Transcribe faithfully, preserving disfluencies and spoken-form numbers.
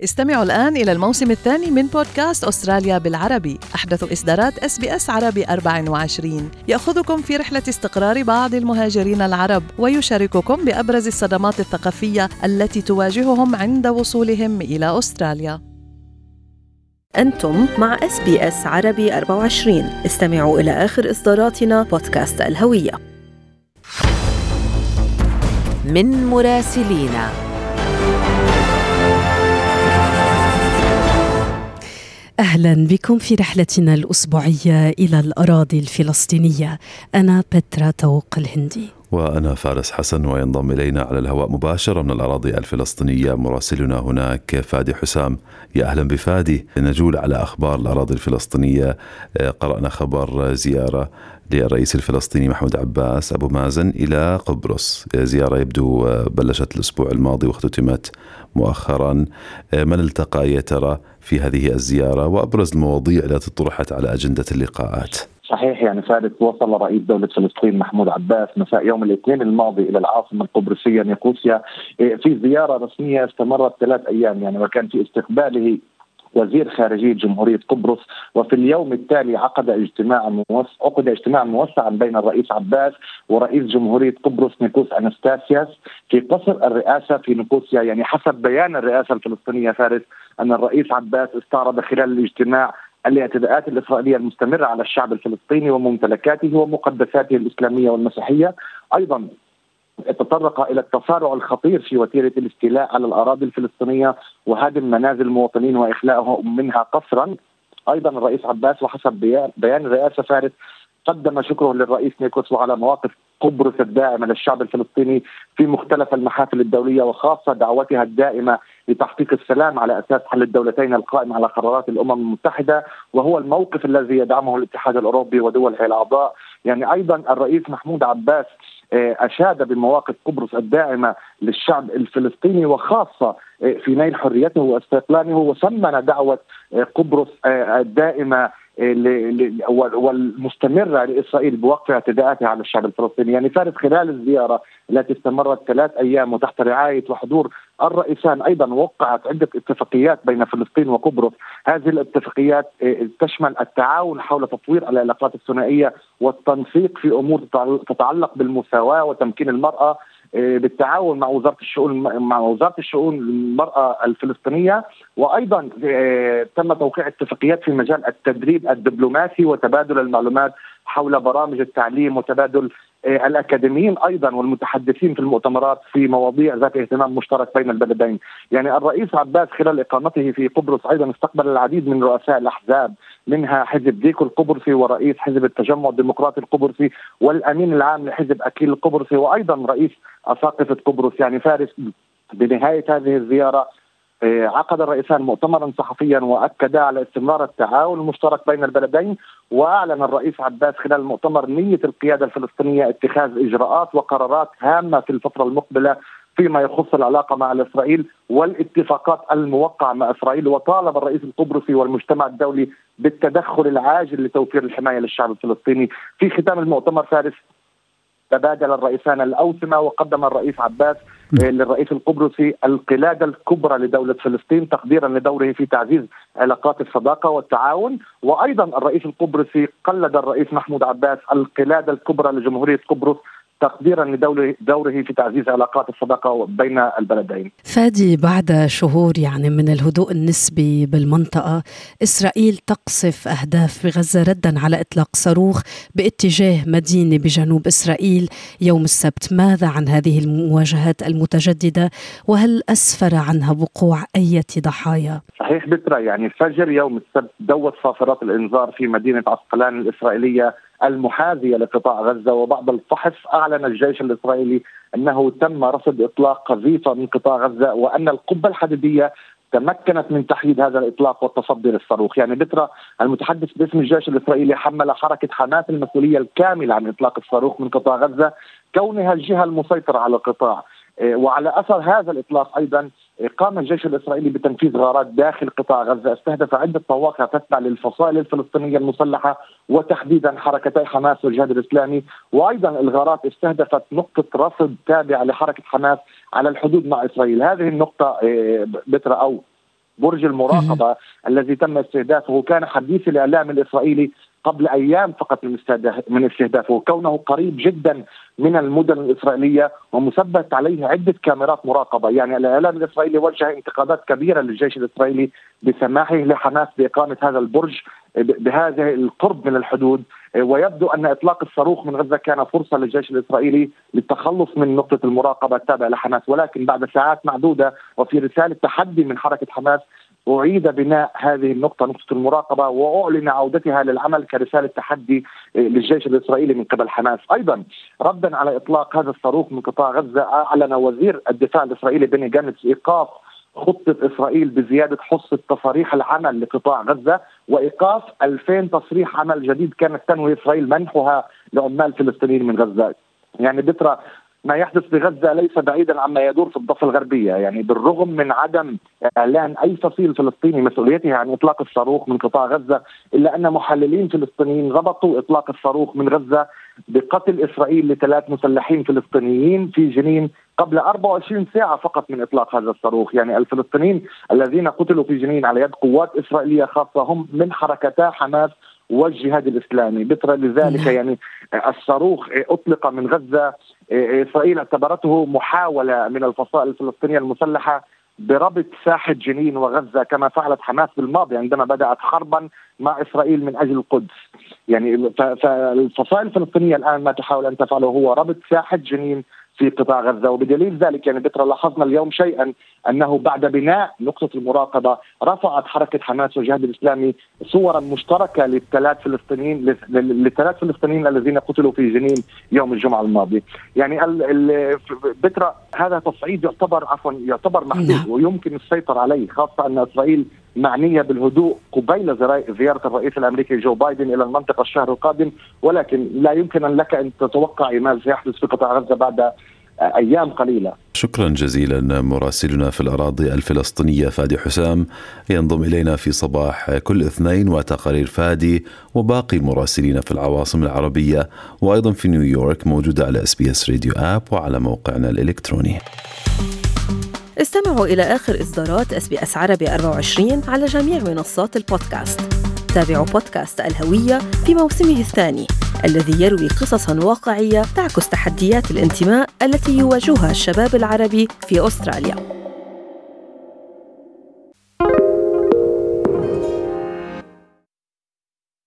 استمعوا الآن إلى الموسم الثاني من بودكاست أستراليا بالعربي، أحدث إصدارات إس بي إس عربي أربعة وعشرين، يأخذكم في رحلة استقرار بعض المهاجرين العرب ويشارككم بأبرز الصدمات الثقافية التي تواجههم عند وصولهم إلى أستراليا. أنتم مع إس بي إس عربي أربعة وعشرين. استمعوا إلى آخر إصداراتنا بودكاست الهوية. من مراسلينا. أهلا بكم في رحلتنا الأسبوعية إلى الأراضي الفلسطينية. أنا بترا توق الهندي، وأنا فارس حسن، وينضم إلينا على الهواء مباشرة من الأراضي الفلسطينية مراسلنا هناك فادي حسام. يا أهلا بفادي. نجول على أخبار الأراضي الفلسطينية. قرأنا خبر زيارة للرئيس الفلسطيني محمود عباس أبو مازن إلى قبرص، زيارة يبدو بلشت الأسبوع الماضي واختتمت مؤخرا. من التقى يا ترى في هذه الزيارة وأبرز المواضيع التي طرحت على أجندة اللقاءات؟ صحيح يعني فارس، وصل رئيس دولة فلسطين محمود عباس مساء يوم الاثنين الماضي إلى العاصمة القبرصية نيقوسيا في زيارة رسمية استمرت ثلاث أيام يعني، وكان في استقباله وزير خارجية جمهورية قبرص. وفي اليوم التالي عقد اجتماع موسع عقد اجتماع موسعا بين الرئيس عباس ورئيس جمهورية قبرص نيكوس أناستاسياس في قصر الرئاسة في نيقوسيا. يعني حسب بيان الرئاسة الفلسطينية فارس أن الرئيس عباس استعرض خلال الاجتماع الاعتداءات الإسرائيلية المستمرة على الشعب الفلسطيني وممتلكاته ومقدساته الإسلامية والمسيحية. أيضا تطرق إلى التسارع الخطير في وتيرة الاستيلاء على الأراضي الفلسطينية وهدم منازل المواطنين وإخلاءهم منها قسرا. أيضا الرئيس عباس وحسب بيان الرئاسة فارس قدم شكره للرئيس نيكوس وعلى مواقف قبرص الدائمة للشعب الفلسطيني في مختلف المحافل الدولية، وخاصة دعوتها الدائمة لتحقيق السلام على أساس حل الدولتين القائم على قرارات الأمم المتحدة، وهو الموقف الذي يدعمه الاتحاد الأوروبي ودوله الأعضاء. يعني أيضا الرئيس محمود عباس أشاد بمواقف قبرص الدائمة للشعب الفلسطيني وخاصة في نيل حريته واستقلاله، وثمن دعوة قبرص الدائمة والمستمرة لإسرائيل بوقف اعتداءاتها على الشعب الفلسطيني. يعني فارس خلال الزيارة التي استمرت ثلاث أيام وتحت رعاية وحضور الرئيسان أيضا وقعت عدة اتفاقيات بين فلسطين وقبرص. هذه الاتفاقيات تشمل التعاون حول تطوير العلاقات الثنائية والتنسيق في أمور تتعلق بالمساواة وتمكين المرأة بالتعاون مع وزارة الشؤون مع وزارة الشؤون المرأة الفلسطينية. وأيضا تم توقيع اتفاقيات في مجال التدريب الدبلوماسي وتبادل المعلومات حول برامج التعليم وتبادل الأكاديميين أيضا والمتحدثين في المؤتمرات في مواضيع ذات اهتمام مشترك بين البلدين. يعني الرئيس عباس خلال إقامته في قبرص أيضا استقبل العديد من رؤساء الأحزاب، منها حزب ديكو القبرصي ورئيس حزب التجمع الديمقراطي القبرصي والأمين العام لحزب أكيل القبرصي وأيضا رئيس أساقفة قبرص. يعني فارس بنهاية هذه الزيارة عقد الرئيسان مؤتمرا صحفيا وأكدا على استمرار التعاون المشترك بين البلدين. وأعلن الرئيس عباس خلال المؤتمر نية القيادة الفلسطينية اتخاذ إجراءات وقرارات هامة في الفترة المقبلة فيما يخص العلاقة مع إسرائيل والاتفاقات الموقعة مع إسرائيل. وطالب الرئيس القبرصي والمجتمع الدولي بالتدخل العاجل لتوفير الحماية للشعب الفلسطيني. في ختام المؤتمر فارس تبادل الرئيسان الأوسمة وقدم الرئيس عباس للرئيس القبرصي القلادة الكبرى لدولة فلسطين تقديرا لدوره في تعزيز علاقات الصداقة والتعاون. وأيضا الرئيس القبرصي قلد الرئيس محمود عباس القلادة الكبرى لجمهورية قبرص تقديرا لدوره في تعزيز علاقات الصداقة بين البلدين. فادي، بعد شهور يعني من الهدوء النسبي بالمنطقة، إسرائيل تقصف أهداف بغزة ردا على إطلاق صاروخ باتجاه مدينة بجنوب إسرائيل يوم السبت. ماذا عن هذه المواجهات المتجددة وهل أسفر عنها وقوع أي ضحايا؟ صحيح بترا، يعني فجر يوم السبت دوت صافرات الإنذار في مدينة عسقلان الإسرائيلية المحاذية لقطاع غزة، وبعد الفحص أعلن الجيش الإسرائيلي أنه تم رصد إطلاق قذيفة من قطاع غزة وأن القبة الحديدية تمكنت من تحييد هذا الإطلاق والتصدي للصاروخ. يعني بترا المتحدث باسم الجيش الإسرائيلي حمل حركة حماس المسؤولية الكاملة عن إطلاق الصاروخ من قطاع غزة كونها الجهة المسيطرة على القطاع. وعلى أثر هذا الإطلاق أيضا قام الجيش الإسرائيلي بتنفيذ غارات داخل قطاع غزة استهدف عدة مواقع تتبع للفصائل الفلسطينية المسلحة وتحديدا حركتي حماس والجهاد الإسلامي. وأيضا الغارات استهدفت نقطة رصد تابعة لحركة حماس على الحدود مع إسرائيل. هذه النقطة بترا أو برج المراقبة الذي تم استهدافه كان حديث الإعلام الإسرائيلي قبل أيام فقط من استهدافه، كونه قريب جدا من المدن الإسرائيلية ومثبت عليه عدة كاميرات مراقبة. يعني الإعلام الإسرائيلي وجه انتقادات كبيرة للجيش الإسرائيلي بسماحه لحماس بإقامة هذا البرج بهذا القرب من الحدود، ويبدو أن إطلاق الصاروخ من غزة كان فرصة للجيش الإسرائيلي للتخلص من نقطة المراقبة التابعة لحماس. ولكن بعد ساعات معدودة وفي رسالة تحدي من حركة حماس أعيد بناء هذه النقطة، نقطة المراقبة، وأعلن عودتها للعمل كرسالة تحدي للجيش الإسرائيلي من قبل حماس. أيضا ردا على إطلاق هذا الصاروخ من قطاع غزة، أعلن وزير الدفاع الإسرائيلي بني جانتس إيقاف خطة إسرائيل بزيادة حصة تصاريح العمل لقطاع غزة وإيقاف ألفين تصريح عمل جديد كانت تنوي إسرائيل منحها لعمال فلسطينيين من غزة. يعني بترى ما يحدث بغزة ليس بعيدا عما يدور في الضفة الغربية. يعني بالرغم من عدم إعلان أي فصيل فلسطيني مسؤوليته عن إطلاق الصاروخ من قطاع غزة، إلا أن محللين فلسطينيين ربطوا إطلاق الصاروخ من غزة بقتل إسرائيل لثلاث مسلحين فلسطينيين في جنين قبل أربع وعشرين ساعة فقط من إطلاق هذا الصاروخ. يعني الفلسطينيين الذين قتلوا في جنين على يد قوات إسرائيلية خاصة هم من حركتا حماس والجهاد الإسلامي. بترى لذلك يعني الصاروخ أطلق من غزة، إسرائيل اعتبرته محاولة من الفصائل الفلسطينية المسلحة بربط ساحة جنين وغزة كما فعلت حماس بالماضي عندما بدأت حربا مع إسرائيل من أجل القدس. يعني فالفصائل الفلسطينية الآن ما تحاول أن تفعله هو ربط ساحة جنين في قطاع غزة. وبدليل ذلك يعني بترى لاحظنا اليوم شيئا أنه بعد بناء نقطة المراقبة رفعت حركة حماس والجهاد الإسلامي صورا مشتركة للثلاث فلسطينيين للثلاث فلسطينيين الذين قتلوا في جنين يوم الجمعة الماضي. يعني ال بترى هذا تصعيد يعتبر عفوا يعتبر محدود ويمكن السيطرة عليه، خاصة أن إسرائيل معنية بالهدوء قبيل زيارة الرئيس الأمريكي جو بايدن إلى المنطقة الشهر القادم، ولكن لا يمكن لك أن تتوقع ما سيحدث في قطاع غزة بعد أيام قليلة. شكرا جزيلا. مراسلنا في الأراضي الفلسطينية فادي حسام ينضم إلينا في صباح كل اثنين، وتقارير فادي وباقي مراسلين في العواصم العربية وأيضا في نيويورك موجودة على اس بي اس راديو آب وعلى موقعنا الإلكتروني. استمعوا إلى آخر إصدارات اس بي اس عربي أربعة وعشرين على جميع منصات البودكاست. تابعوا بودكاست الهوية في موسمه الثاني الذي يروي قصصاً واقعية تعكس تحديات الانتماء التي يواجهها الشباب العربي في أستراليا.